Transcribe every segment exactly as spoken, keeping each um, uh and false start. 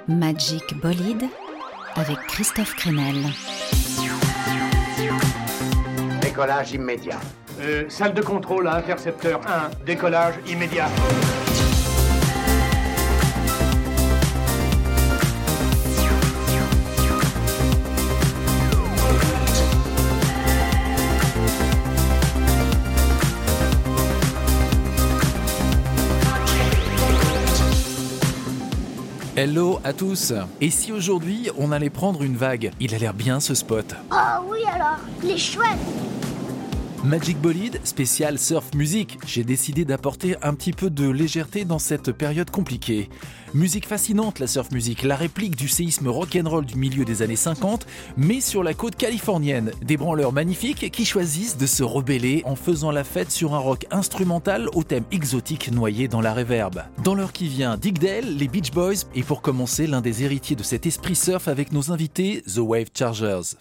Magic Bolide avec Christophe Crenel. Décollage immédiat. Euh, salle de contrôle à intercepteur un, décollage immédiat. Hello à tous. Et si aujourd'hui on allait prendre une vague? Il a l'air bien ce spot. Oh oui alors, il est chouette. Magic Bolide, spécial surf musique. J'ai décidé d'apporter un petit peu de légèreté dans cette période compliquée. Musique fascinante, la surf musique, la réplique du séisme rock'n'roll du milieu des années cinquante, mais sur la côte californienne. Des branleurs magnifiques qui choisissent de se rebeller en faisant la fête sur un rock instrumental au thème exotique noyé dans la réverb. Dans l'heure qui vient, Dick Dale, les Beach Boys, et pour commencer, l'un des héritiers de cet esprit surf avec nos invités, The Wave Chargers.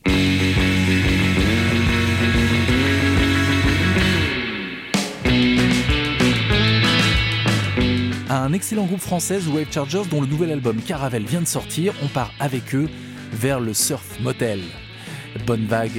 Un excellent groupe français, The Wave Chargers, dont le nouvel album Caravelle vient de sortir. On part avec eux vers le Surf Motel. Bonne vague.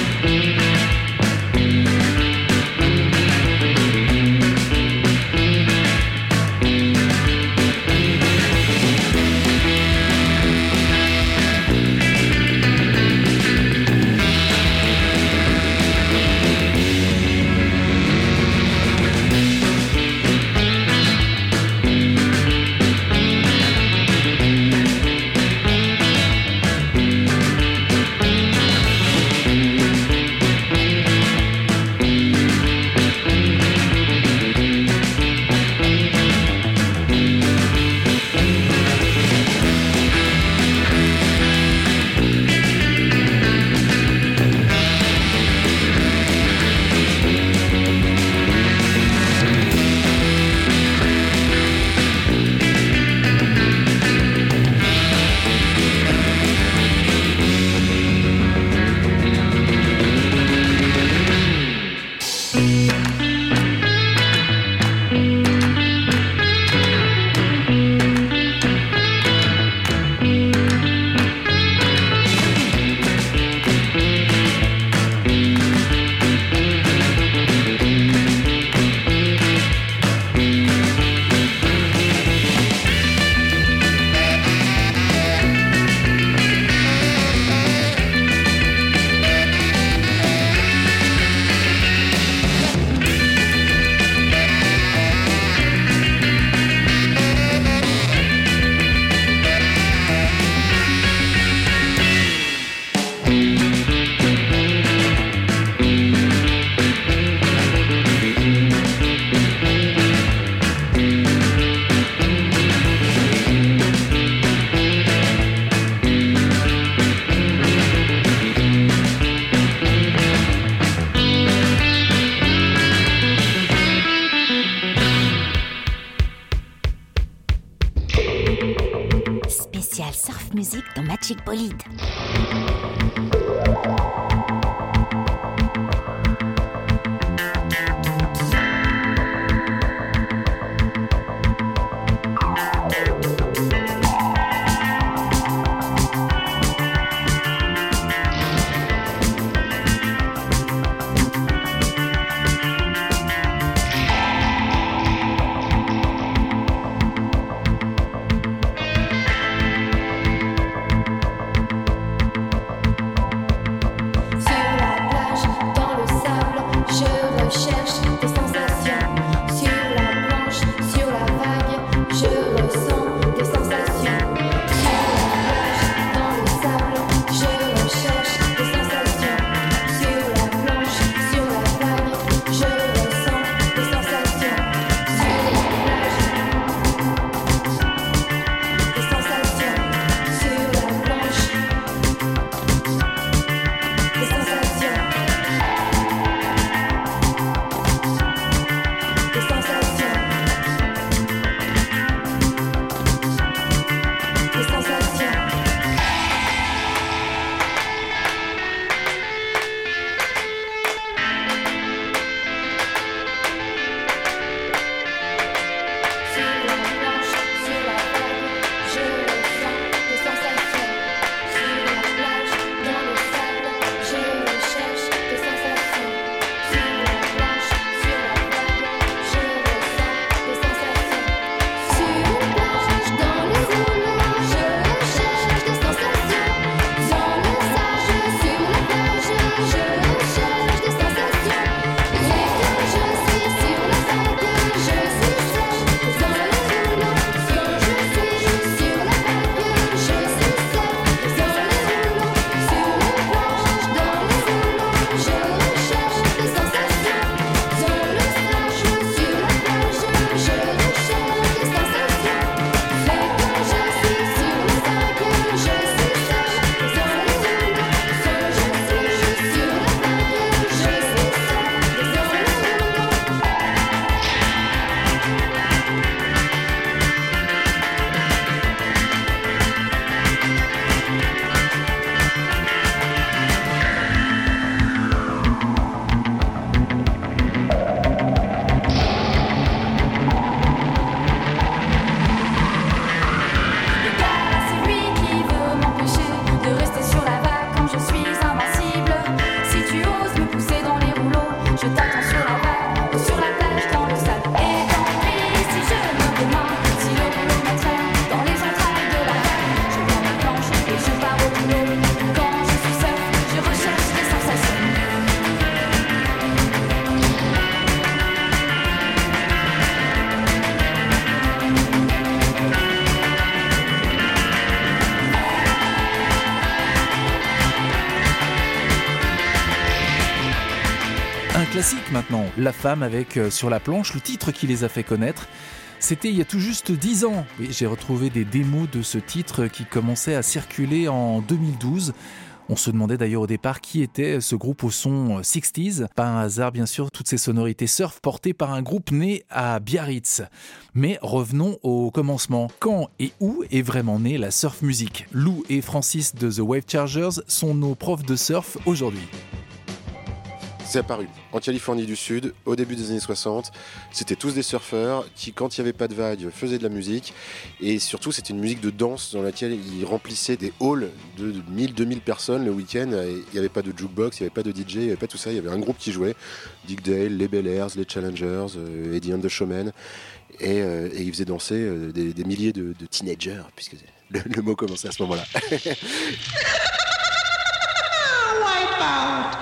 Musique dans Magic Bolide. classique maintenant. La femme avec euh, Sur la planche, le titre qui les a fait connaître. C'était il y a tout juste dix ans. Oui, j'ai retrouvé des démos de ce titre qui commençait à circuler en deux mille douze. On se demandait d'ailleurs au départ qui était ce groupe au son soixante. Pas un hasard bien sûr, toutes ces sonorités surf portées par un groupe né à Biarritz. Mais revenons au commencement. Quand et où est vraiment née la surf music ? Lou et Francis de The Wave Chargers sont nos profs de surf aujourd'hui. C'est apparu en Californie du Sud au début des années soixante. C'était tous des surfeurs qui, quand il n'y avait pas de vagues, faisaient de la musique. Et surtout, c'était une musique de danse dans laquelle ils remplissaient des halls de mille, deux mille personnes le week-end. Et il n'y avait pas de jukebox, il n'y avait pas de D J, il n'y avait pas tout ça. Il y avait un groupe qui jouait, Dick Dale, les Bel Airs, les Challengers, euh, Eddie and the Showmen. Et, euh, et ils faisaient danser euh, des, des milliers de, de teenagers, puisque le, le mot commençait à ce moment-là. Wipe out.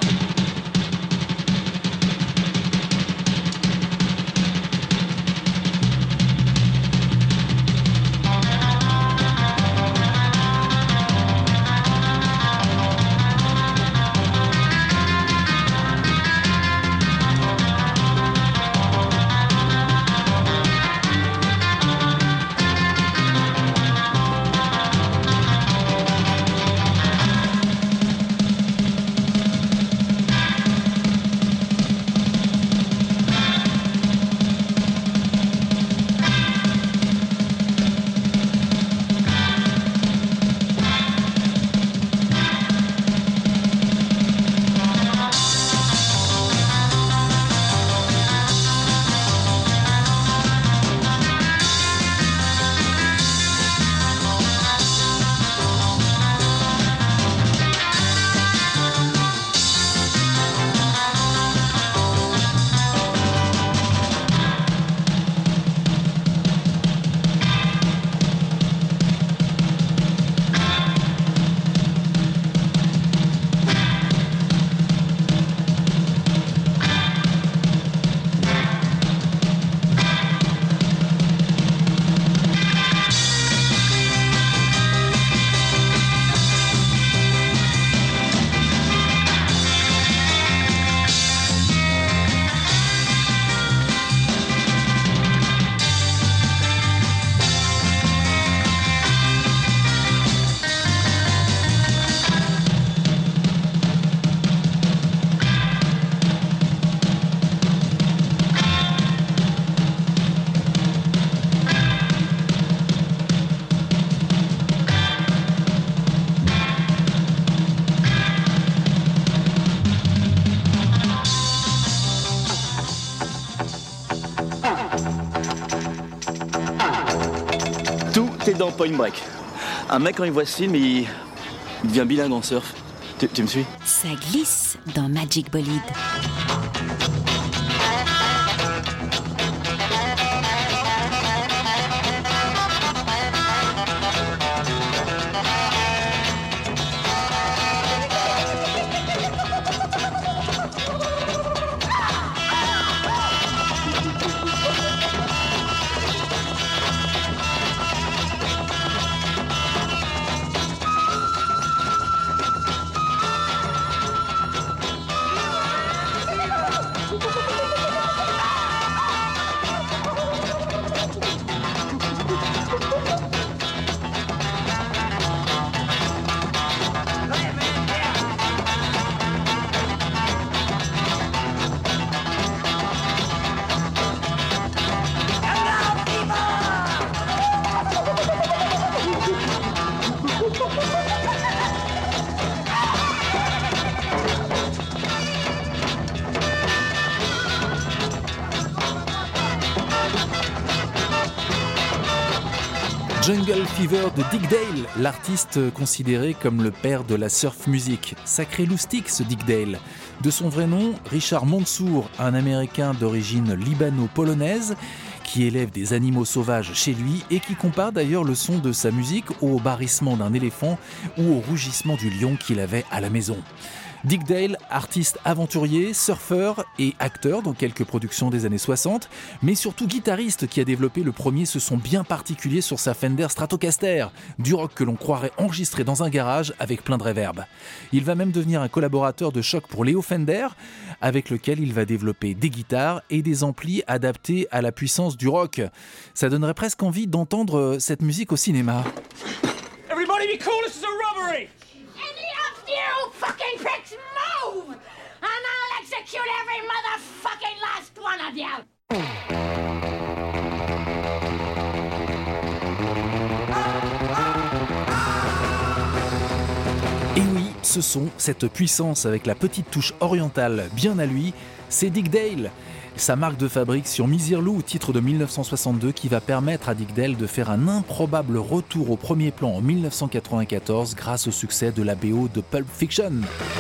Dans Point Break. Un mec, quand il voit ce film, il, il devient bilingue en surf. Tu, tu me suis ? Ça glisse dans Magic Bolide. Jungle Fever de Dick Dale, l'artiste considéré comme le père de la surf music. Sacré loustique ce Dick Dale. De son vrai nom, Richard Mansour, un Américain d'origine libano-polonaise qui élève des animaux sauvages chez lui et qui compare d'ailleurs le son de sa musique au barrissement d'un éléphant ou au rougissement du lion qu'il avait à la maison. Dick Dale, artiste aventurier, surfeur et acteur dans quelques productions des années soixante, mais surtout guitariste qui a développé le premier ce son bien particulier sur sa Fender Stratocaster, du rock que l'on croirait enregistré dans un garage avec plein de reverb. Il va même devenir un collaborateur de choc pour Leo Fender, avec lequel il va développer des guitares et des amplis adaptés à la puissance du rock. Ça donnerait presque envie d'entendre cette musique au cinéma. Everybody be cool, this is a robbery! Any of you fucking pricks move! And I'll execute every motherfucking last one of you! Et oui, ce son, cette puissance avec la petite touche orientale bien à lui, c'est Dick Dale. Sa marque de fabrique sur Misirlou, titre de dix-neuf cent soixante-deux, qui va permettre à Dick Dale de faire un improbable retour au premier plan en dix-neuf cent quatre-vingt-quatorze grâce au succès de la B O de Pulp Fiction.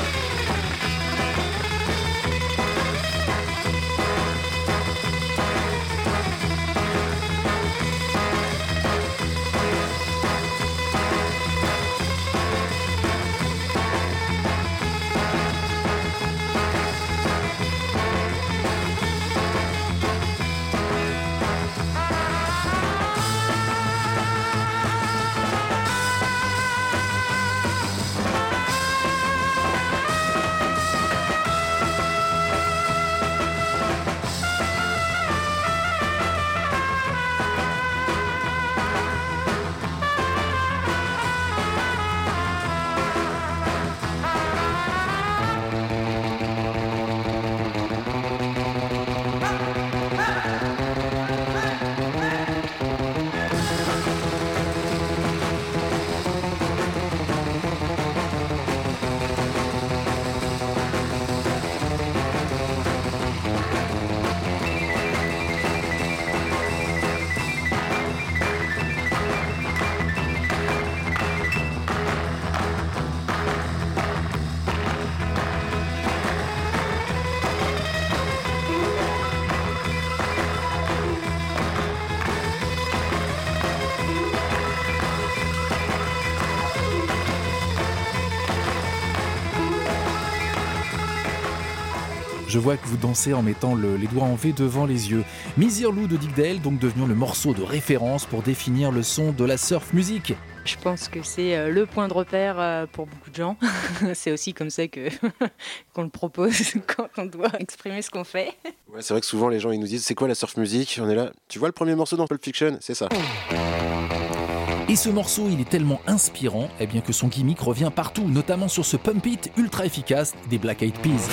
Je vois que vous dansez en mettant le, les doigts en V devant les yeux. Misirlou de Dick Dale, donc devenu le morceau de référence pour définir le son de la surf music. Je pense que c'est le point de repère pour beaucoup de gens. C'est aussi comme ça que, qu'on le propose quand on doit exprimer ce qu'on fait. Ouais, c'est vrai que souvent les gens ils nous disent c'est quoi la surf music ? On est là, tu vois le premier morceau dans Pulp Fiction ? C'est ça. Et ce morceau, il est tellement inspirant, eh bien que son gimmick revient partout, notamment sur ce Pump It ultra efficace des Black Eyed Peas.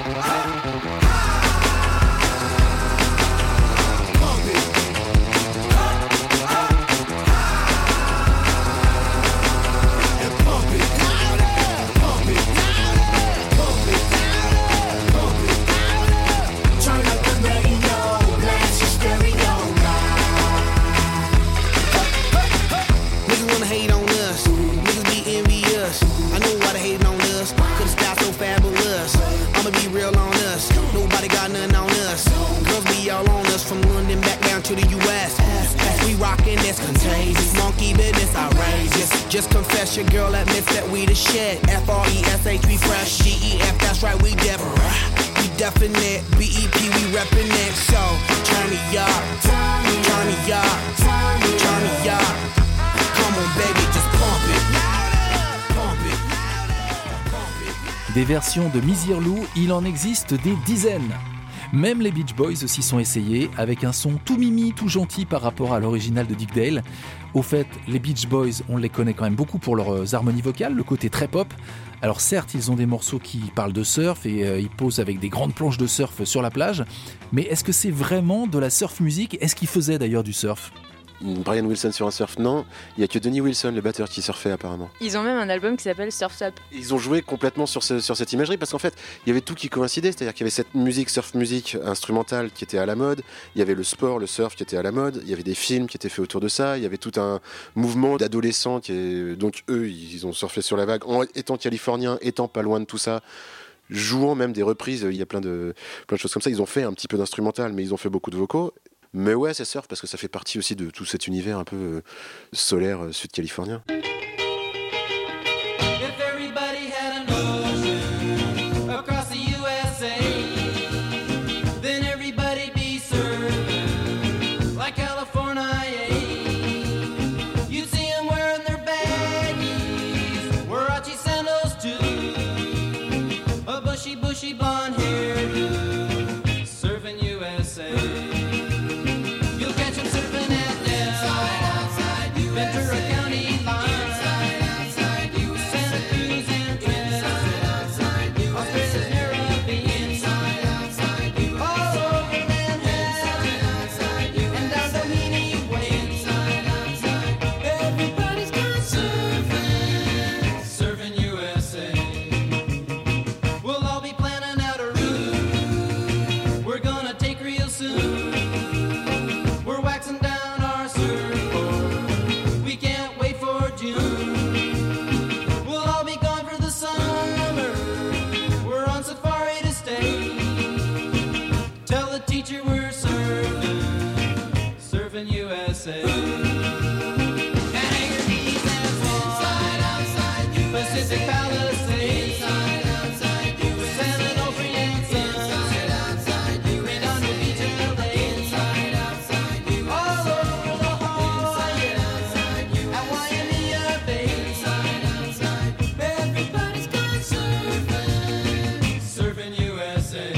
To the U S we rockin' this contagious, monkey business outrageous. Just confess your girl admits that we the shit. F R E S H we fresh, G E F that's right we different. We definite, B E P we reppin' it. So turn me up, turn me up, turn me up. Come on baby, just pump it, pump it, pump it. Des versions de Misirlou, il en existe des dizaines. Même les Beach Boys s'y sont essayés, avec un son tout mimi, tout gentil par rapport à l'original de Dick Dale. Au fait, les Beach Boys, on les connaît quand même beaucoup pour leurs harmonies vocales, le côté très pop. Alors certes, ils ont des morceaux qui parlent de surf et euh, ils posent avec des grandes planches de surf sur la plage. Mais est-ce que c'est vraiment de la surf music ? Est-ce qu'ils faisaient d'ailleurs du surf ? Brian Wilson sur un surf, non. Il n'y a que Denny Wilson, le batteur, qui surfait apparemment. Ils ont même un album qui s'appelle Surf's Up. Ils ont joué complètement sur, ce, sur cette imagerie parce qu'en fait, il y avait tout qui coïncidait. C'est-à-dire qu'il y avait cette musique, surf music instrumentale qui était à la mode. Il y avait le sport, le surf qui était à la mode. Il y avait des films qui étaient faits autour de ça. Il y avait tout un mouvement d'adolescents qui est... Donc eux, ils ont surfé sur la vague. En étant californiens, étant pas loin de tout ça, jouant même des reprises, il y a plein de, plein de choses comme ça. Ils ont fait un petit peu d'instrumental, mais ils ont fait beaucoup de vocaux. Mais ouais, c'est surf parce que ça fait partie aussi de tout cet univers un peu euh, solaire euh, sud-californien. If everybody had an ocean, surfing U S A. Anchorage and inside, outside U S A. Pacific Palisades. Inside, outside U S A. San Onofre and Sons. Inside, outside U S A. Redondo Beach and L A. Inside, outside U S A. All over the Hawaii. Inside, outside U S A. At Waimea Bay. Inside, outside. Everybody's gone surfing. Surfing U S A.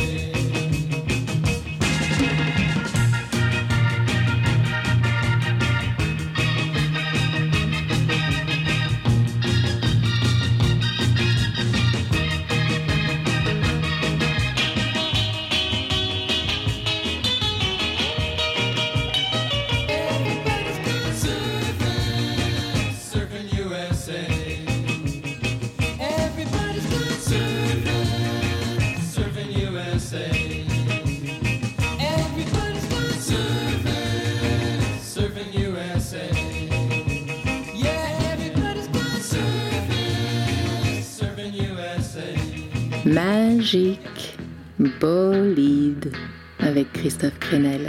Magic Bolide avec Christophe Crenel.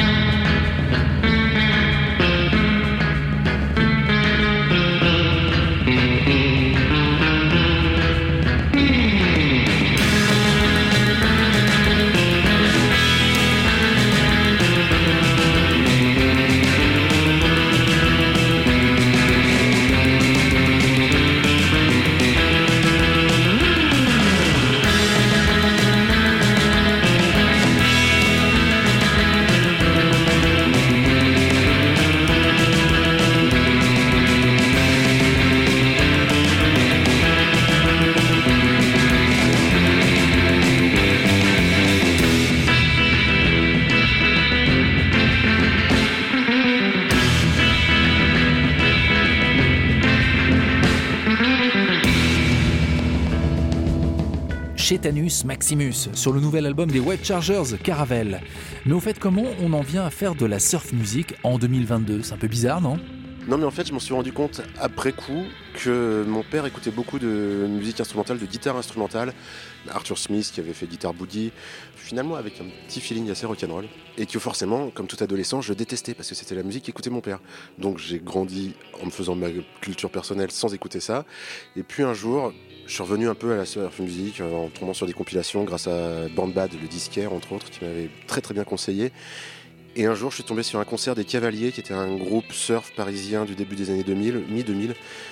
Chetanus Maximus, sur le nouvel album des White Chargers, Caravelle. Mais au fait, comment on en vient à faire de la surf music en deux mille vingt-deux ? C'est un peu bizarre, non ? Non mais en fait je m'en suis rendu compte après coup que mon père écoutait beaucoup de musique instrumentale, de guitare instrumentale, Arthur Smith qui avait fait Guitar Boogie, finalement avec un petit feeling assez rock'n'roll, et que forcément comme tout adolescent je détestais parce que c'était la musique qu'écoutait mon père. Donc j'ai grandi en me faisant ma culture personnelle sans écouter ça, et puis un jour je suis revenu un peu à la surf music en tombant sur des compilations grâce à Bandbad, le disquaire entre autres, qui m'avait très très bien conseillé. Et un jour, je suis tombé sur un concert des Cavaliers, qui était un groupe surf parisien du début des années deux mille, mi-deux mille.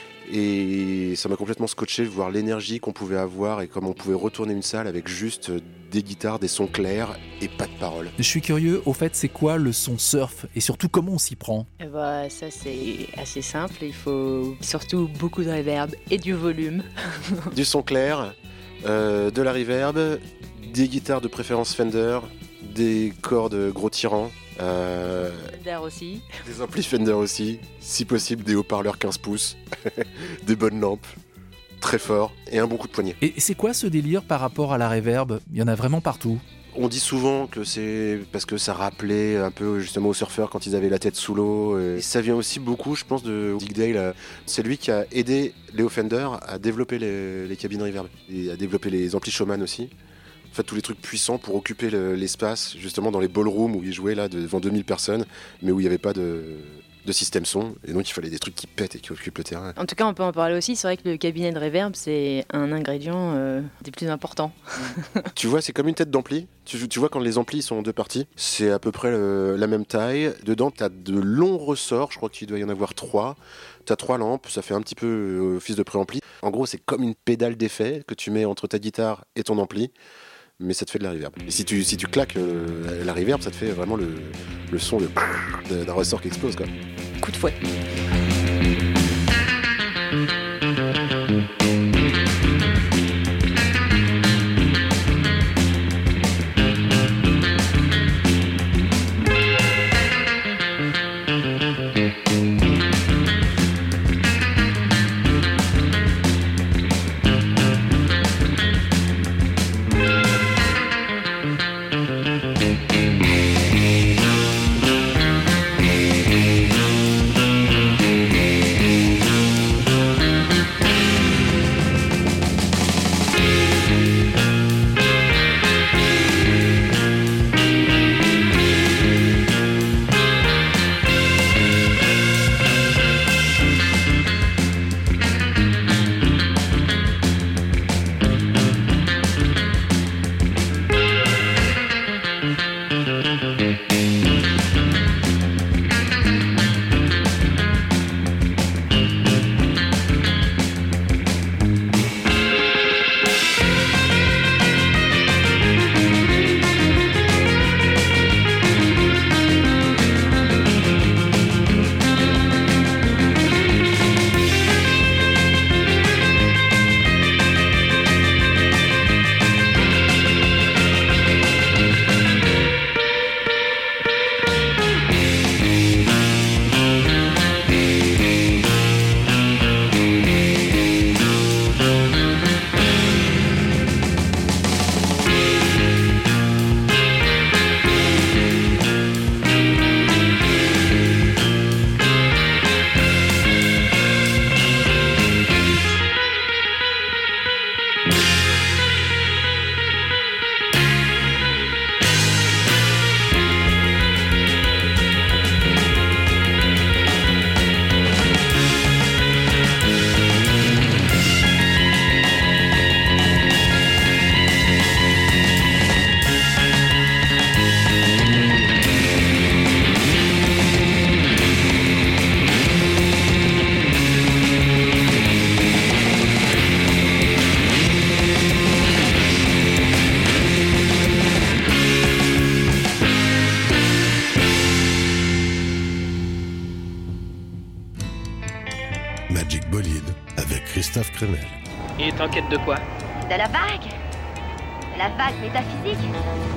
Et ça m'a complètement scotché de voir l'énergie qu'on pouvait avoir et comment on pouvait retourner une salle avec juste des guitares, des sons clairs et pas de paroles. Je suis curieux, au fait, c'est quoi le son surf ? Et surtout, comment on s'y prend ? Eh bah, ça, c'est assez simple. Il faut surtout beaucoup de reverb et du volume. Du son clair, euh, de la reverb, des guitares de préférence Fender, des cordes gros tirants. Euh, Fender aussi. Des amplis Fender aussi, si possible des haut-parleurs quinze pouces, des bonnes lampes, très forts, et un bon coup de poignet. Et c'est quoi ce délire par rapport à la reverb ? Il y en a vraiment partout. On dit souvent que c'est parce que ça rappelait un peu justement aux surfeurs quand ils avaient la tête sous l'eau. Et ça vient aussi beaucoup, je pense, de Dick Dale. C'est lui qui a aidé Leo Fender à développer les, les cabines reverb et à développer les amplis Showman aussi. En fait, tous les trucs puissants pour occuper le, l'espace, justement dans les ballrooms où ils jouaient là devant deux mille personnes, mais où il n'y avait pas de, de système son, et donc il fallait des trucs qui pètent et qui occupent le terrain. En tout cas, on peut en parler aussi, c'est vrai que le cabinet de reverb, c'est un ingrédient euh, des plus importants. Tu vois, c'est comme une tête d'ampli. Tu, tu vois, quand les amplis sont en deux parties, c'est à peu près le, la même taille. Dedans, tu as de longs ressorts, je crois qu'il doit y en avoir trois. Tu as trois lampes, ça fait un petit peu office de préampli. En gros, c'est comme une pédale d'effet que tu mets entre ta guitare et ton ampli, mais ça te fait de la reverb. Et si tu, si tu claques euh, la reverb, ça te fait vraiment le, le son de, de, d'un ressort qui explose, quoi. Coup de fouet. Magic Bolide avec Christophe Crenel. Il est en quête de quoi? De la vague. La vague métaphysique.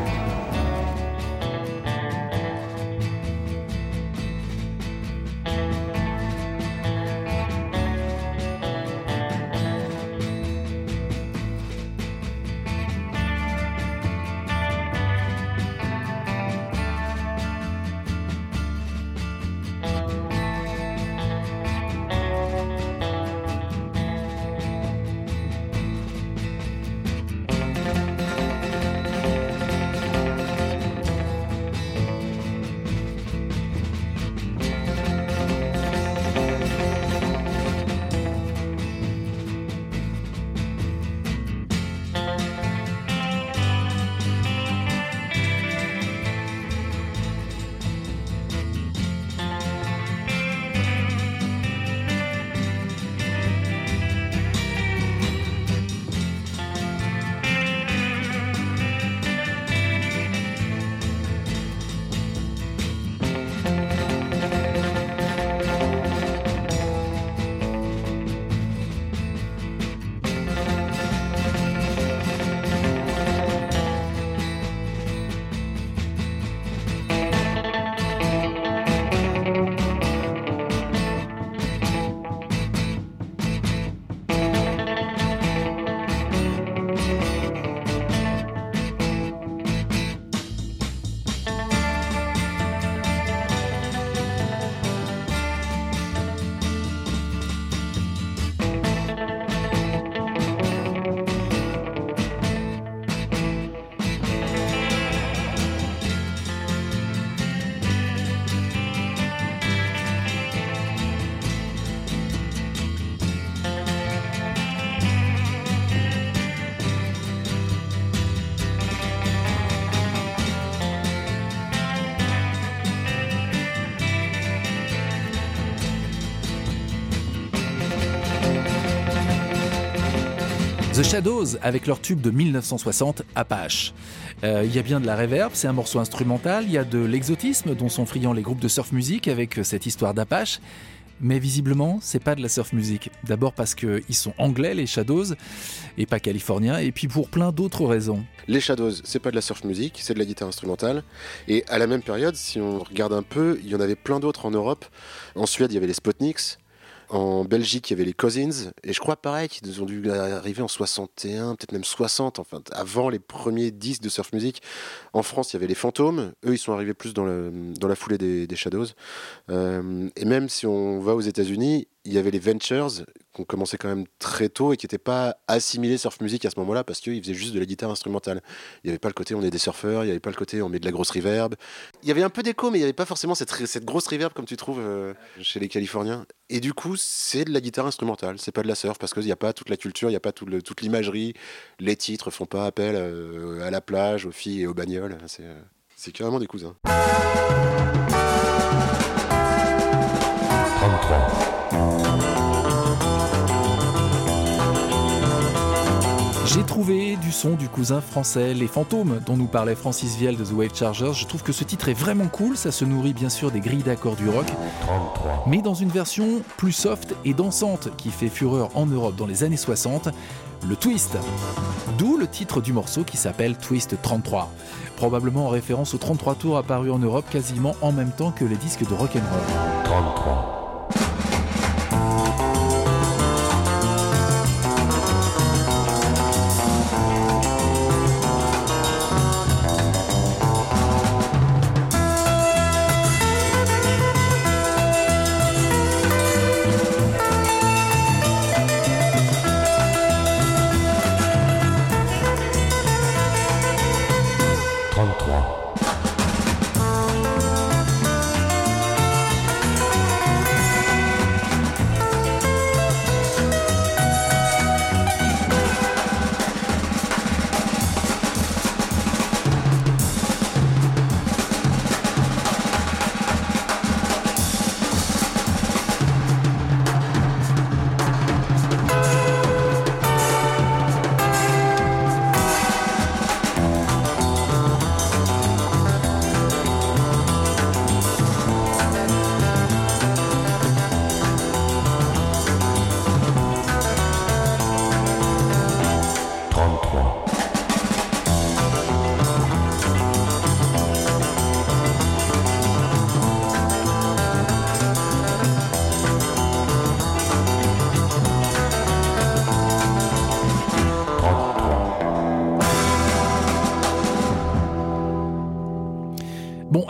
The Shadows avec leur tube de mille neuf cent soixante, Apache. Il euh, y a bien de la reverb, c'est un morceau instrumental, il y a de l'exotisme dont sont friands les groupes de surf music avec cette histoire d'Apache. Mais visiblement, c'est pas de la surf music. D'abord parce qu'ils sont anglais, les Shadows, et pas californiens, et puis pour plein d'autres raisons. Les Shadows, c'est pas de la surf music, c'est de la guitare instrumentale. Et à la même période, si on regarde un peu, il y en avait plein d'autres en Europe. En Suède, il y avait les Spotniks. En Belgique, il y avait les Cousins, et je crois pareil qu'ils ont dû arriver en soixante et un, peut-être même soixante, enfin avant les premiers disques de surf music. En France, il y avait les Fantômes, eux ils sont arrivés plus dans, le, dans la foulée des, des Shadows. Euh, et même si on va aux États-Unis, il y avait les Ventures, qui ont commencé quand même très tôt et qui n'étaient pas assimilés surf music à ce moment-là parce qu'ils faisaient juste de la guitare instrumentale. Il n'y avait pas le côté on est des surfeurs, il n'y avait pas le côté on met de la grosse reverb. Il y avait un peu d'écho, mais il n'y avait pas forcément cette, cette grosse reverb comme tu trouves euh, chez les Californiens. Et du coup, c'est de la guitare instrumentale, c'est pas de la surf parce qu'il n'y a pas toute la culture, il n'y a pas tout le, toute l'imagerie. Les titres font pas appel euh, à la plage, aux filles et aux bagnoles. C'est, euh, c'est carrément des cousins. trente-trois. J'ai trouvé du son du cousin français, Les Fantômes, dont nous parlait Francis Vielle de The Wave Chargers. Je trouve que ce titre est vraiment cool, ça se nourrit bien sûr des grilles d'accords du rock, trente-trois. mais dans une version plus soft et dansante qui fait fureur en Europe dans les années soixante, le twist. D'où le titre du morceau qui s'appelle Twist trente-trois, probablement en référence aux trente-trois tours apparus en Europe quasiment en même temps que les disques de rock'n'roll. trente-trois. trente-trois.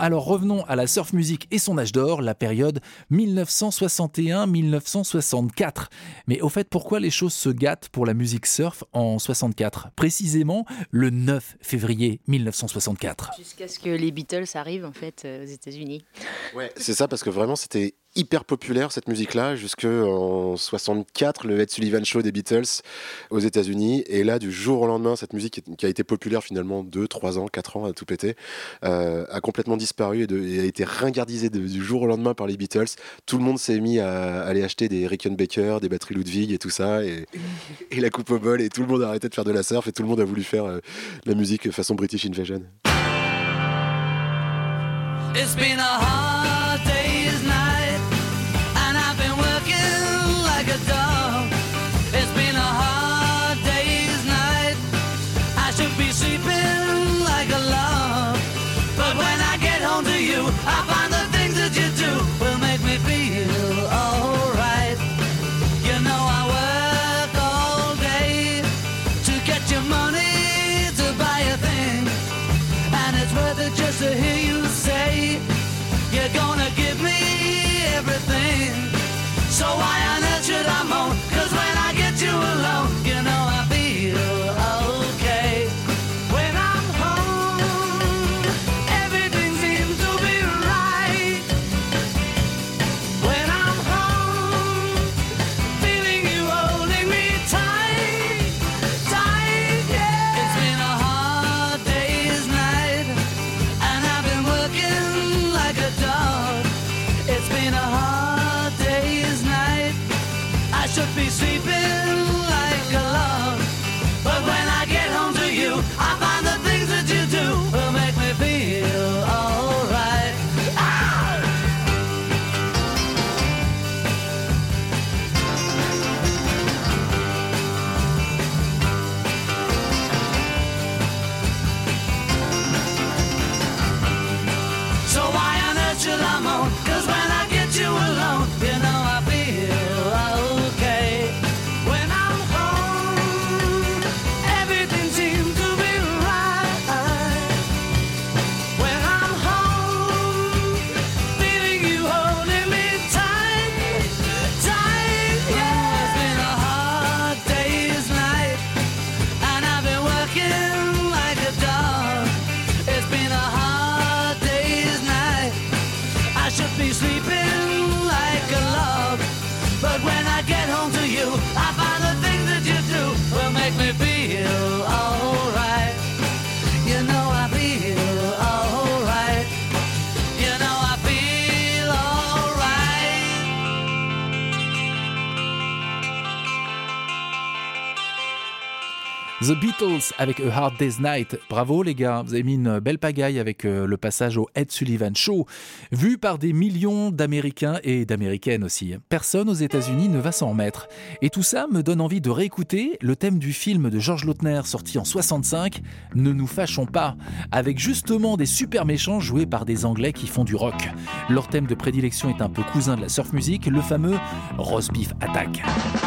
alors revenons à la surf music et son âge d'or, la période dix-neuf cent soixante et un à dix-neuf cent soixante-quatre. Mais au fait, pourquoi les choses se gâtent pour la musique surf en soixante-quatre ? Précisément le neuf février dix-neuf cent soixante-quatre. Jusqu'à ce que les Beatles arrivent en fait euh, aux États-Unis. Ouais, c'est ça, parce que vraiment c'était hyper populaire cette musique-là, jusqu'en soixante-quatre, le Ed Sullivan Show des Beatles aux États-Unis. Et là, du jour au lendemain, cette musique qui a été populaire finalement deux, trois ans, quatre ans à tout péter, euh, a complètement disparu et, de, et a été ringardisée de, du jour au lendemain par les Beatles. Tout le monde s'est mis à, à aller acheter des Rickenbacker, des batteries Ludwig et tout ça, et, et la coupe au bol, et tout le monde a arrêté de faire de la surf, et tout le monde a voulu faire euh, la musique façon British Invasion. It's been a hard day's night, and I've been working like a dog. It's been a hard day's night, I should be sleeping like a log. But when I get home to you, I find the things that you do will make me feel alright. You know I work all day to get your money to buy a thing, and it's worth it just to hear you say you're gonna give me everything. So why on earth should I moan? 'Cause when I get you alone, you know I feel okay. When I'm home, everything seems to be right. When I'm home, feeling you holding me tight, tight, yeah. It's been a hard day's night, and I've been working like a dog. It's been a hard day's night, I should be sleeping like a log. But when I get home to you, I find the things that you do will make me feel alright. Ah! So why on earth should I moan? 'Cause when I get you alone, you know I feel okay. When I'm home, everything seems to be right. When I'm home, feeling you holding me tight, tight, yeah. It's been a hard day's night, and I've been working like a dog. It's been a hard day's night, I should be sleeping like a log. But when I get home to you, I find the things that you do will make me feel alright. You know I feel alright. You know I feel alright. The Beatles avec A Hard Day's Night. Bravo les gars, vous avez mis une belle pagaille avec euh, le passage au Ed Sullivan Show, vu par des millions d'Américains et d'Américaines aussi. Personne aux États-Unis ne va s'en remettre. Et tout ça me donne envie de réécouter le thème du film de Georges Lautner sorti en soixante-cinq, Ne nous fâchons pas, avec justement des super méchants joués par des Anglais qui font du rock. Leur thème de prédilection est un peu cousin de la surf music, le fameux Roast Beef Attack.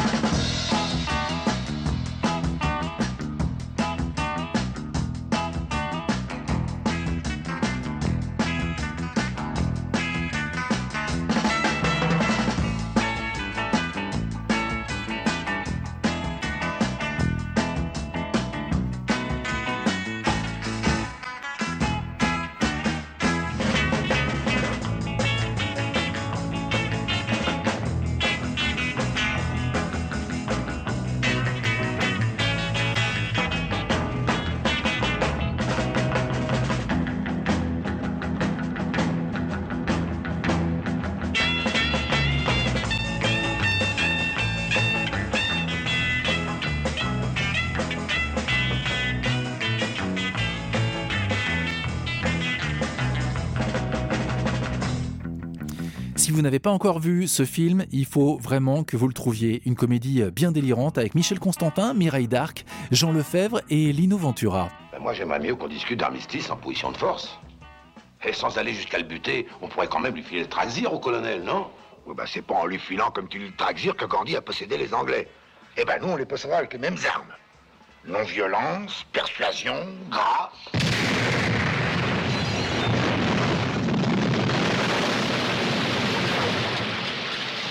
Si vous n'avez pas encore vu ce film, il faut vraiment que vous le trouviez. Une comédie bien délirante avec Michel Constantin, Mireille Darc, Jean Lefebvre et Lino Ventura. Ben moi, j'aimerais mieux qu'on discute d'armistice en position de force. Et sans aller jusqu'à le buter, on pourrait quand même lui filer le traxir au colonel, non? Oui, ben c'est pas en lui filant comme tu le traxir que Gandhi a possédé les Anglais. Eh ben nous, on les possédera avec les mêmes armes. Non-violence, persuasion, grâce.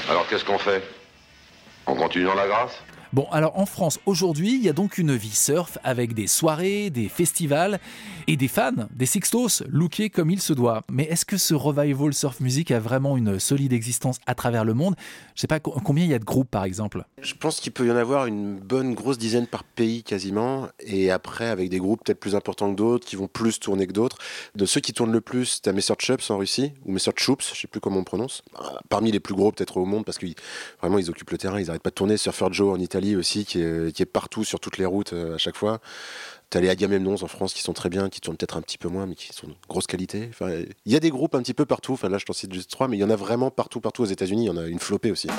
Alors qu'est-ce qu'on fait? On continue dans la grâce? Bon, alors en France, aujourd'hui, il y a donc une vie surf avec des soirées, des festivals et des fans, des Sixtos, lookés comme il se doit. Mais est-ce que ce revival surf music a vraiment une solide existence à travers le monde? Je sais pas combien il y a de groupes, par exemple. Je pense qu'il peut y en avoir une bonne grosse dizaine par pays quasiment, et après avec des groupes peut-être plus importants que d'autres, qui vont plus tourner que d'autres. De ceux qui tournent le plus, t'as Messer Chups en Russie, ou Messer Chups, je sais plus comment on prononce. Parmi les plus gros peut-être au monde, parce que vraiment ils occupent le terrain, ils arrêtent pas de tourner. Surfer Joe en Italie aussi, qui est, qui est partout sur toutes les routes euh, à chaque fois. T'as les Agamemnons en France qui sont très bien, qui tournent peut-être un petit peu moins, mais qui sont de grosse qualité. Enfin, il y a des groupes un petit peu partout. Enfin, là, je t'en cite juste trois, mais il y en a vraiment partout, partout aux États-Unis. Il y en a une flopée aussi.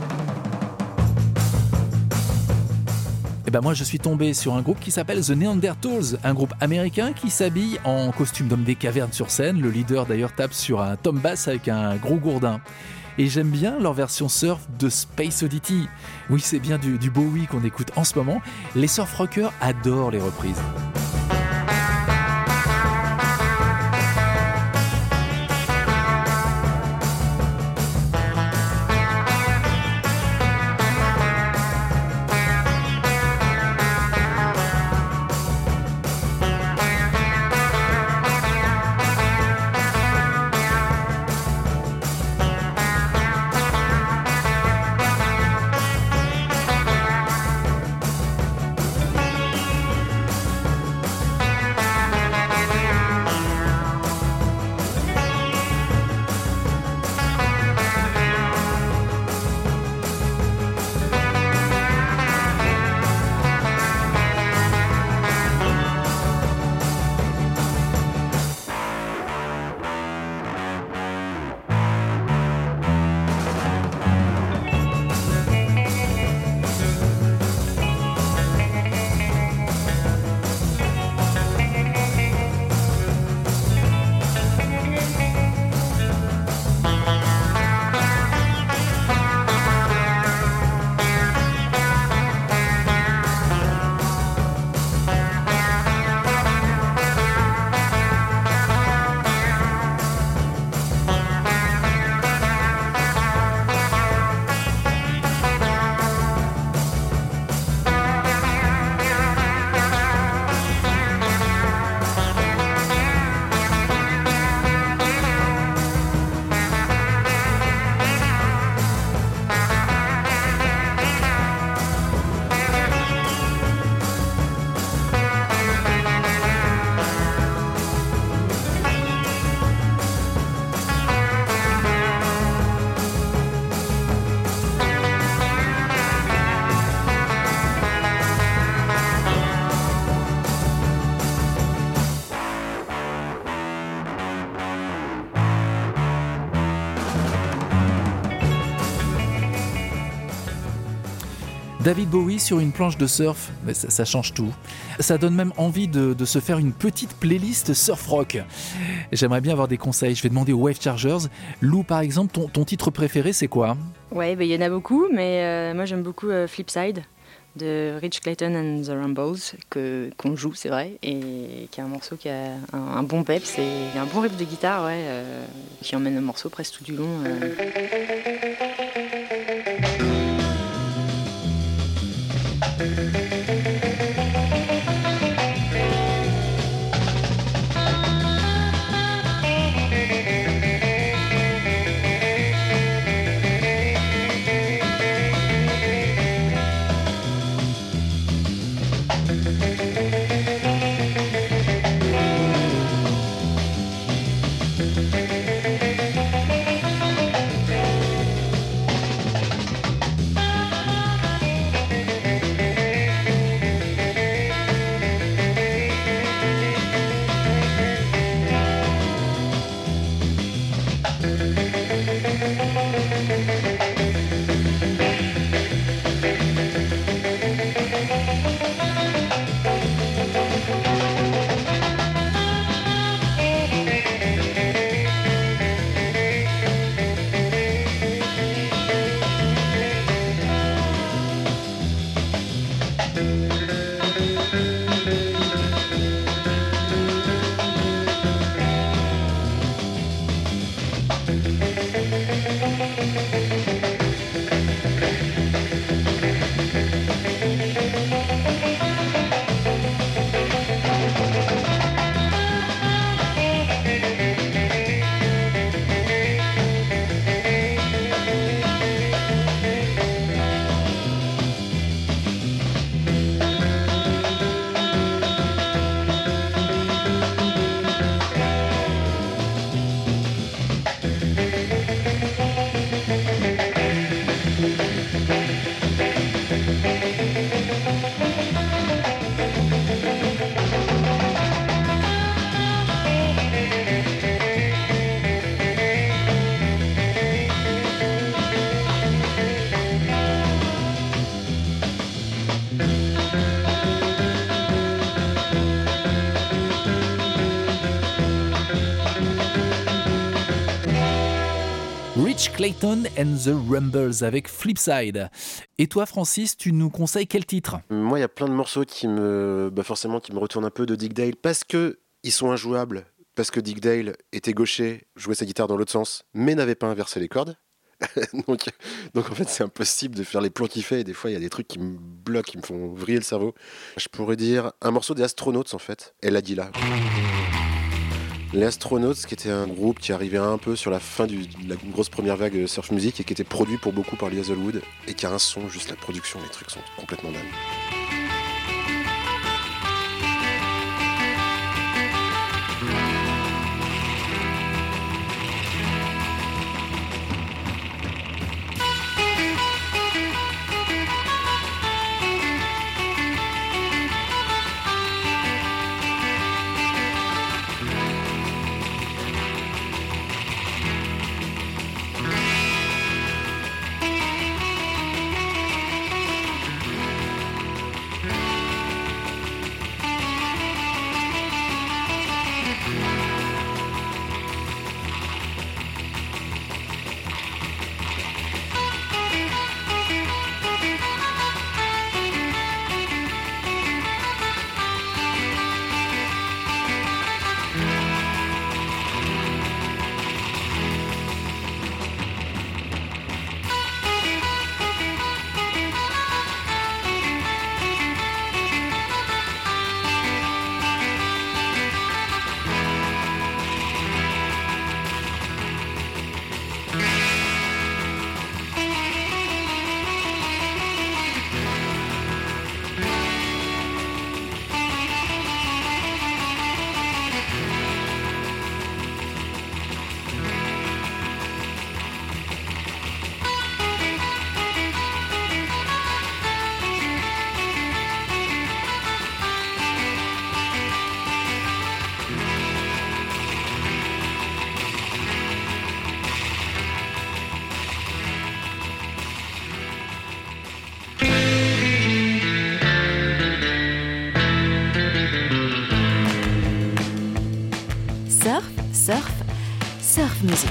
Et ben moi, je suis tombé sur un groupe qui s'appelle The Neanderthals, un groupe américain qui s'habille en costume d'homme des cavernes sur scène. Le leader d'ailleurs tape sur un tom bass avec un gros gourdin. Et j'aime bien leur version surf de Space Oddity. Oui, c'est bien du, du Bowie qu'on écoute en ce moment. Les surf rockers adorent les reprises. David Bowie sur une planche de surf, mais ça, ça change tout. Ça donne même envie de, de se faire une petite playlist surf rock. J'aimerais bien avoir des conseils. Je vais demander aux Wave Chargers. Lou, par exemple, ton, ton titre préféré, c'est quoi? Ouais, bah, y en a beaucoup, mais euh, moi j'aime beaucoup euh, Flipside de Rich Clayton and the Rambles, que, qu'on joue, c'est vrai, et qui est un morceau qui a un, un bon peps, et il y a un bon riff de guitare, ouais, euh, qui emmène le morceau presque tout du long. Euh. Clayton and the Rumbles avec Flipside. Et toi Francis, tu nous conseilles quel titre ? Moi, il y a plein de morceaux qui me, bah forcément, qui me retournent un peu de Dick Dale parce que ils sont injouables, parce que Dick Dale était gaucher, jouait sa guitare dans l'autre sens, mais n'avait pas inversé les cordes. donc, donc en fait, c'est impossible de faire les plans qu'il fait. Et des fois, il y a des trucs qui me bloquent, qui me font vriller le cerveau. Je pourrais dire un morceau des Astronauts, en fait. Elle a dit là. Les Astronauts, qui était un groupe qui arrivait un peu sur la fin du- de la grosse première vague surf music et qui était produit pour beaucoup par Lee Hazelwood et qui a un son, juste la production, les trucs sont complètement dingues. Surf, surf, surf music.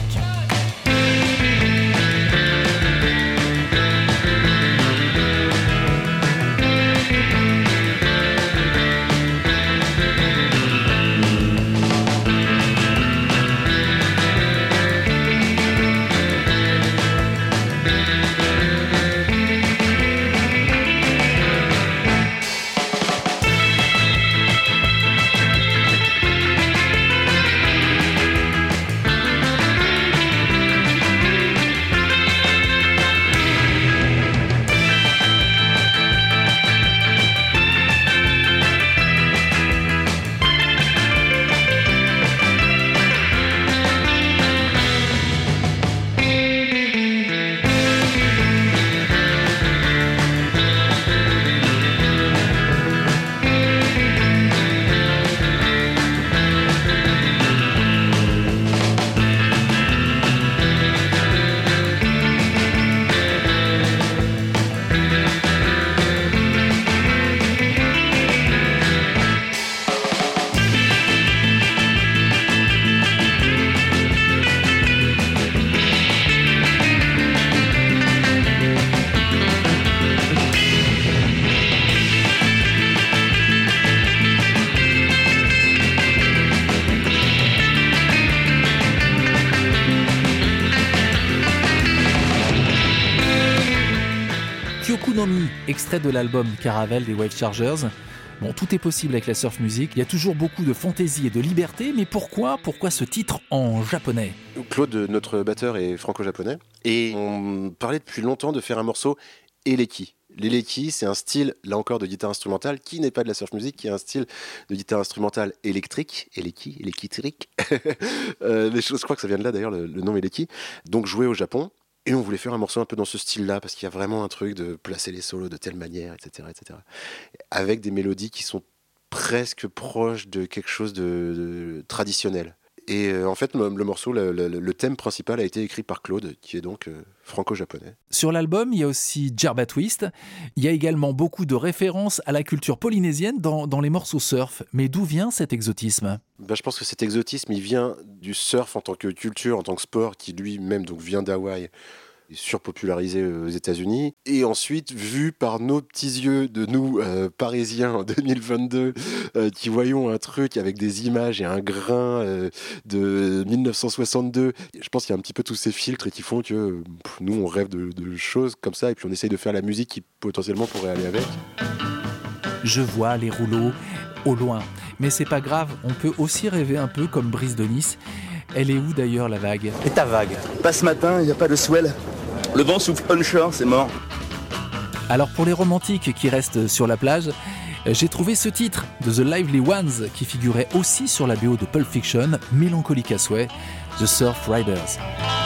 Kyokunomi, extrait de l'album Caravelle des Wave Chargers. Bon, tout est possible avec la surf music. Il y a toujours beaucoup de fantaisie et de liberté, mais pourquoi, pourquoi ce titre en japonais ? Claude, notre batteur, est franco-japonais et on parlait depuis longtemps de faire un morceau eleki. L'eleki, c'est un style, là encore, de guitare instrumentale qui n'est pas de la surf music, qui est un style de guitare instrumentale électrique. Eleki, électrique. euh, mais je, je crois que ça vient de là, d'ailleurs, le, le nom eleki. Donc, joué au Japon. Et on voulait faire un morceau un peu dans ce style-là, parce qu'il y a vraiment un truc de placer les solos de telle manière, et cetera, et cetera. Avec des mélodies qui sont presque proches de quelque chose de, de traditionnel. Et euh, en fait, le, le morceau, le, le, le thème principal a été écrit par Claude, qui est donc euh, franco-japonais. Sur l'album, il y a aussi Djerba Twist. Il y a également beaucoup de références à la culture polynésienne dans, dans les morceaux surf. Mais d'où vient cet exotisme ? Ben, je pense que cet exotisme, il vient du surf en tant que culture, en tant que sport, qui lui-même donc vient d'Hawaï, surpopularisé aux États-Unis, et ensuite vu par nos petits yeux de nous euh, Parisiens en deux mille vingt-deux euh, qui voyons un truc avec des images et un grain euh, de dix-neuf cent soixante-deux. Je pense qu'il y a un petit peu tous ces filtres et qui font que pff, nous on rêve de, de choses comme ça et puis on essaye de faire la musique qui potentiellement pourrait aller avec. Je vois les rouleaux au loin, mais c'est pas grave, on peut aussi rêver un peu comme Brice de Nice. Elle est où d'ailleurs la vague ? Et ta vague ? Pas ce matin, il n'y a pas de swell. Le vent souffle onshore, c'est mort. Alors pour les romantiques qui restent sur la plage, j'ai trouvé ce titre de The Lively Ones qui figurait aussi sur la B O de Pulp Fiction, mélancolique à souhait, The Surf Riders.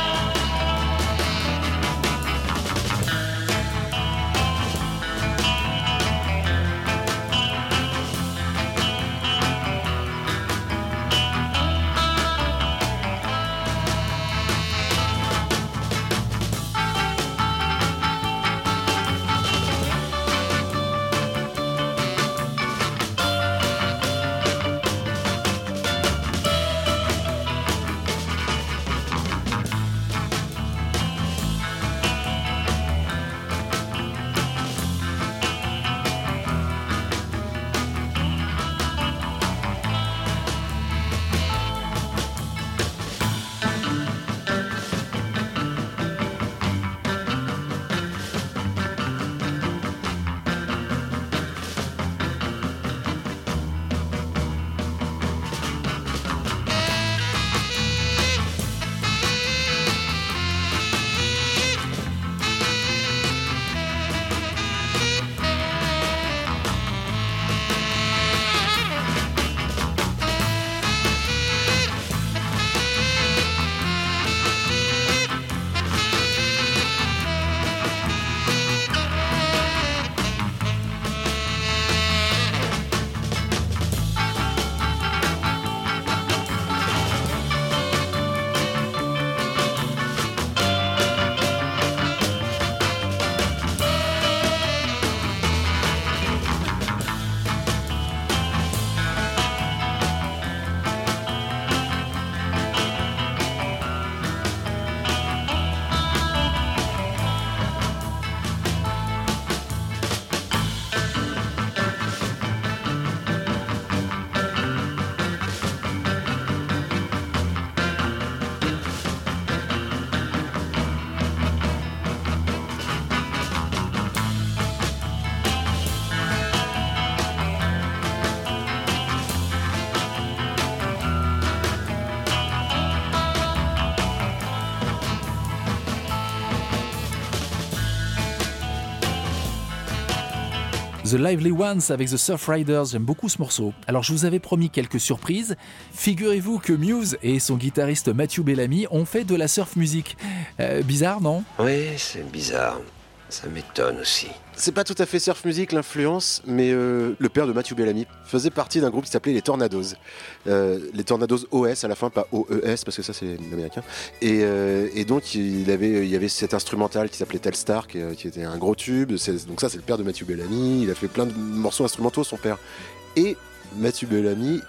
The Lively Ones avec The Surf Riders, j'aime beaucoup ce morceau. Alors je vous avais promis quelques surprises. Figurez-vous que Muse et son guitariste Matthew Bellamy ont fait de la surf music. Euh, bizarre, non ? Oui, c'est bizarre. Ça m'étonne aussi. C'est pas tout à fait surf music l'influence, mais euh, le père de Matthew Bellamy faisait partie d'un groupe qui s'appelait les Tornadoes. Euh, les Tornadoes O S à la fin, pas O E S parce que ça c'est américain. Et, euh, et donc il, avait, il y avait cet instrumental qui s'appelait Telstar, qui, qui était un gros tube. C'est, donc ça c'est le père de Matthew Bellamy. Il a fait plein de morceaux instrumentaux, son père. Et Matthew Bellamy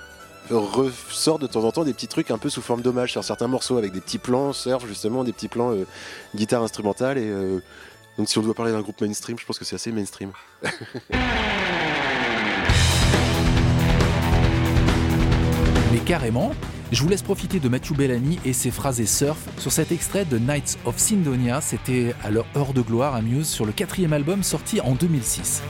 ressort de temps en temps des petits trucs un peu sous forme d'hommage sur certains morceaux avec des petits plans surf justement, des petits plans euh, guitare instrumentale et euh, donc si on doit parler d'un groupe mainstream, je pense que c'est assez mainstream. Mais carrément, je vous laisse profiter de Matthew Bellamy et ses phrases et surf sur cet extrait de Knights of Syndonia. C'était à leur heure de gloire à Muse sur le quatrième album sorti en deux mille six.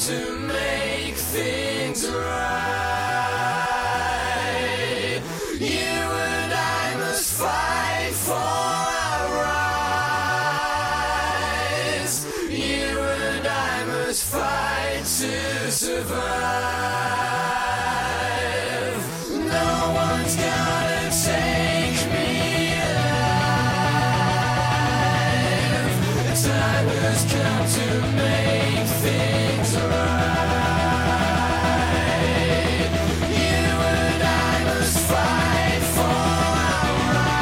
to make things right. You and I must fight for our rights. You and I must fight to survive. No one's gonna take me alive. The time has come to make things right. You and I must fight for our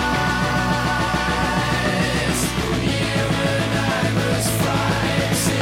rights. You and I must fight to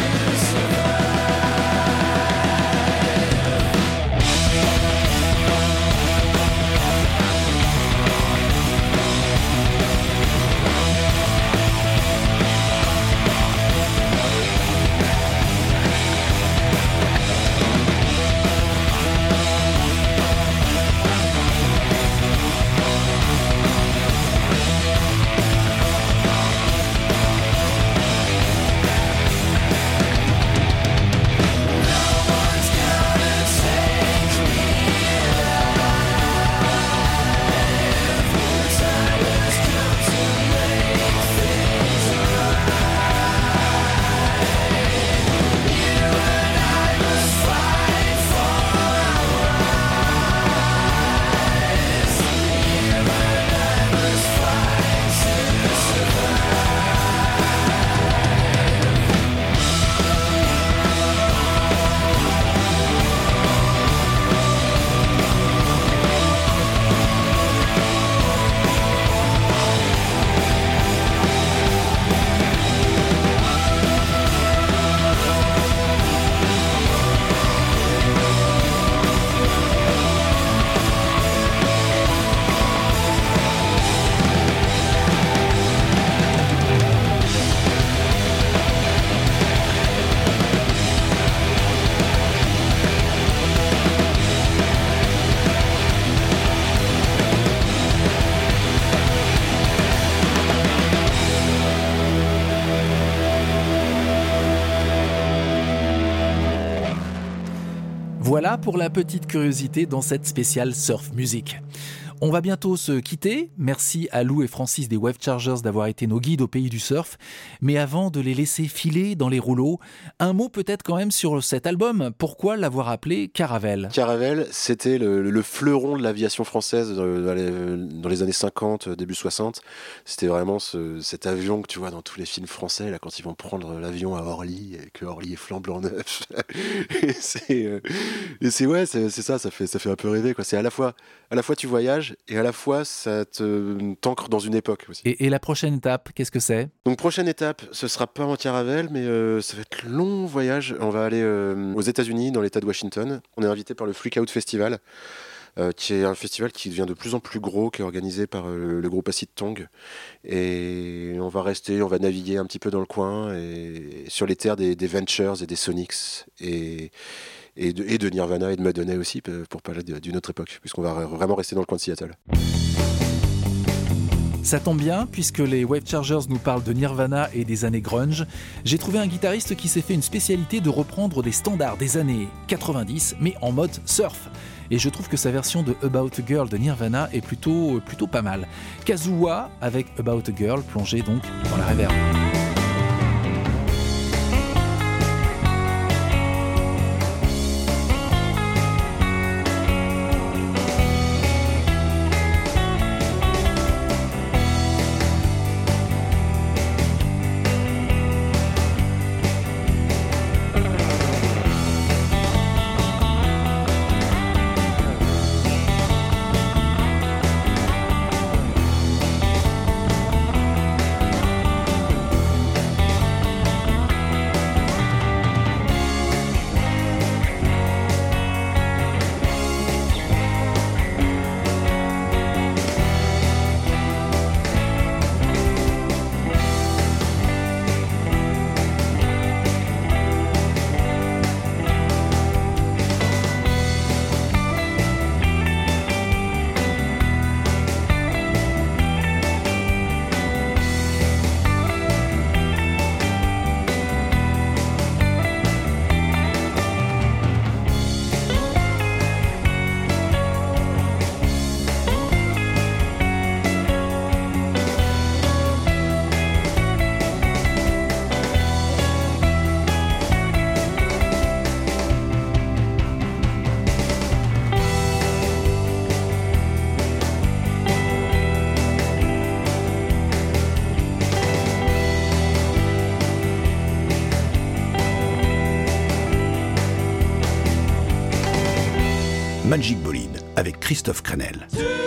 Voilà pour la petite curiosité dans cette spéciale surf music. On va bientôt se quitter. Merci à Lou et Francis des Wave Chargers d'avoir été nos guides au pays du surf. Mais avant de les laisser filer dans les rouleaux, un mot peut-être quand même sur cet album. Pourquoi l'avoir appelé Caravelle ? Caravelle, c'était le, le fleuron de l'aviation française dans les, dans les années cinquante, début soixante. C'était vraiment ce, cet avion que tu vois dans tous les films français, là, quand ils vont prendre l'avion à Orly, et que Orly est flambant neuf. et c'est, euh, et c'est, ouais, c'est, c'est ça, ça fait, ça fait un peu rêver, quoi. C'est à la fois, à la fois tu voyages, et à la fois ça te t'ancre dans une époque aussi. Et, et la prochaine étape, qu'est-ce que c'est ? Donc prochaine étape, ce sera pas en Caravelle, mais euh, ça va être long voyage. On va aller euh, aux États-Unis, dans l'État de Washington. On est invité par le Freak Out Festival, euh, qui est un festival qui devient de plus en plus gros, qui est organisé par euh, le groupe Acid Tongue. Et on va rester, on va naviguer un petit peu dans le coin et sur les terres des, des Ventures et des Sonics et Et de, et de Nirvana et de Madonna aussi, pour parler d'une autre époque, puisqu'on va vraiment rester dans le coin de Seattle. Ça tombe bien, puisque les Wave Chargers nous parlent de Nirvana et des années grunge. J'ai trouvé un guitariste qui s'est fait une spécialité de reprendre des standards des années quatre-vingt-dix, mais en mode surf. Et je trouve que sa version de About a Girl de Nirvana est plutôt, plutôt pas mal. Kazuha avec About a Girl, plongé donc dans la reverb. Magic Bolide avec Christophe Crenel.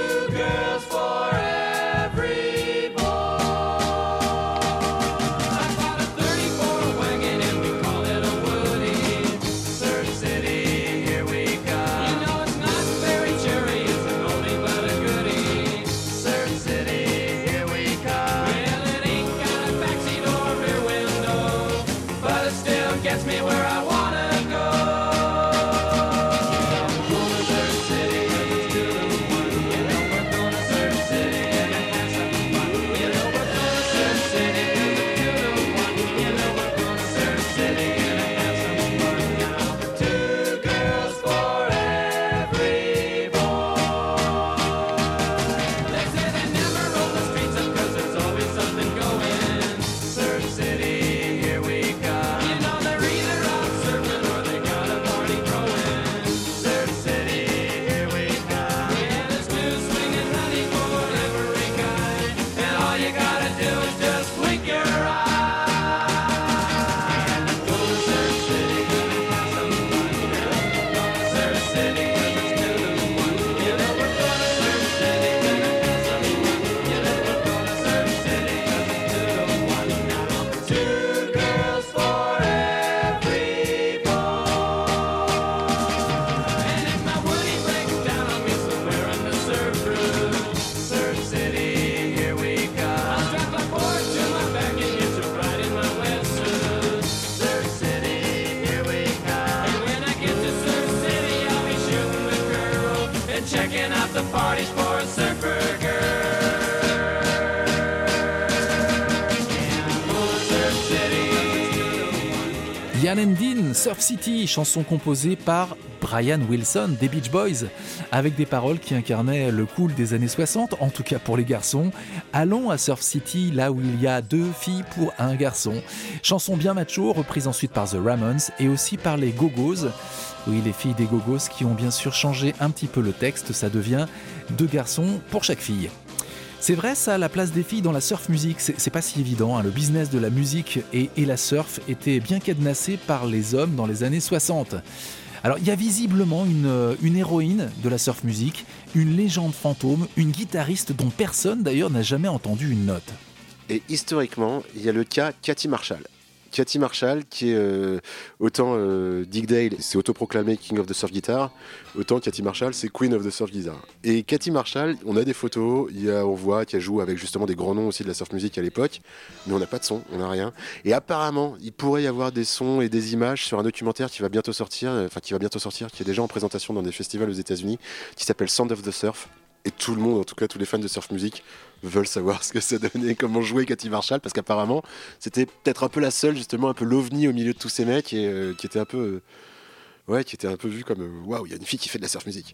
Ian and Dean, Surf City, chanson composée par Brian Wilson des Beach Boys, avec des paroles qui incarnaient le cool des années soixante, en tout cas pour les garçons. Allons à Surf City, là où il y a deux filles pour un garçon. Chanson bien macho, reprise ensuite par The Ramones et aussi par les Go-Go's. Oui, les filles des Go-Go's qui ont bien sûr changé un petit peu le texte, ça devient deux garçons pour chaque fille. C'est vrai ça, la place des filles dans la surf music, c'est, c'est pas si évident, hein. Le business de la musique et, et la surf était bien cadenassé par les hommes dans les années soixante. Alors il y a visiblement une, une héroïne de la surf music, une légende fantôme, une guitariste dont personne d'ailleurs n'a jamais entendu une note. Et historiquement, il y a le cas Katy Marshall. Katy Marshall, qui est euh, autant euh, Dick Dale, c'est autoproclamé King of the Surf Guitar, autant Katy Marshall, c'est Queen of the Surf Guitar. Et Katy Marshall, on a des photos, il y a, on voit qu'elle joue avec justement des grands noms aussi de la surf music à l'époque, mais on n'a pas de son, on n'a rien. Et apparemment, il pourrait y avoir des sons et des images sur un documentaire qui va bientôt sortir, enfin qui va bientôt sortir, qui est déjà en présentation dans des festivals aux États-Unis, qui s'appelle Sound of the Surf. Et tout le monde, en tout cas tous les fans de surf music, veulent savoir ce que ça donnait, comment jouer Katy Marshall, parce qu'apparemment c'était peut-être un peu la seule, justement un peu l'ovni au milieu de tous ces mecs, et euh, qui était un peu, euh, ouais, qui était un peu vu comme waouh, il y a une fille qui fait de la surf music.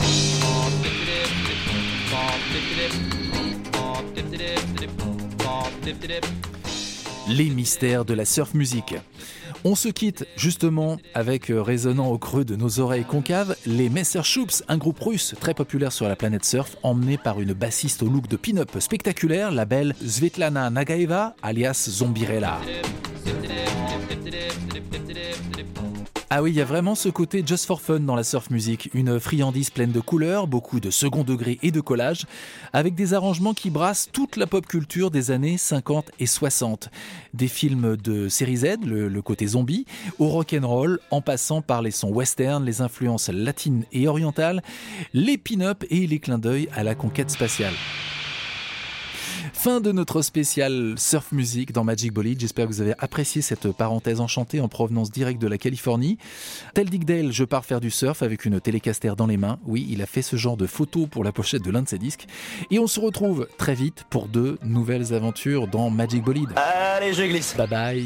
Les mystères de la surf music. On se quitte justement avec, euh, résonnant au creux de nos oreilles concaves, les Messerschupps, un groupe russe très populaire sur la planète surf, emmené par une bassiste au look de pin-up spectaculaire, la belle Svetlana Nagaeva, alias Zombirella. Ah oui, il y a vraiment ce côté just for fun dans la surf music, une friandise pleine de couleurs, beaucoup de second degré et de collage, avec des arrangements qui brassent toute la pop culture des années cinquante et soixante. Des films de série Z, le, le côté zombie, au rock'n'roll, en passant par les sons western, les influences latines et orientales, les pin-up et les clins d'œil à la conquête spatiale. Fin de notre spécial surf music dans Magic Bolide. J'espère que vous avez apprécié cette parenthèse enchantée en provenance directe de la Californie. Tel Dick Dale, je pars faire du surf avec une Telecaster dans les mains. Oui, il a fait ce genre de photos pour la pochette de l'un de ses disques. Et on se retrouve très vite pour deux nouvelles aventures dans Magic Bolide. Allez, je glisse. Bye bye.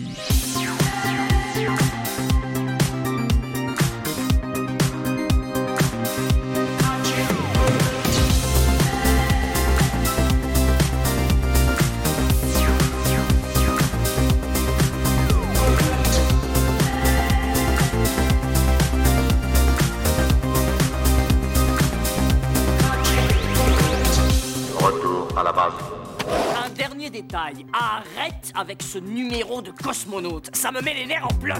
Un dernier détail, arrête avec ce numéro de cosmonaute, ça me met les nerfs en bloc.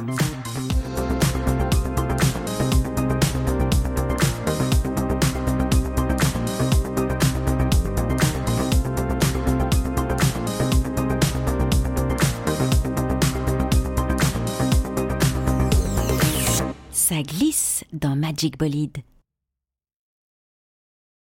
ça glisse dans Magic Bolide.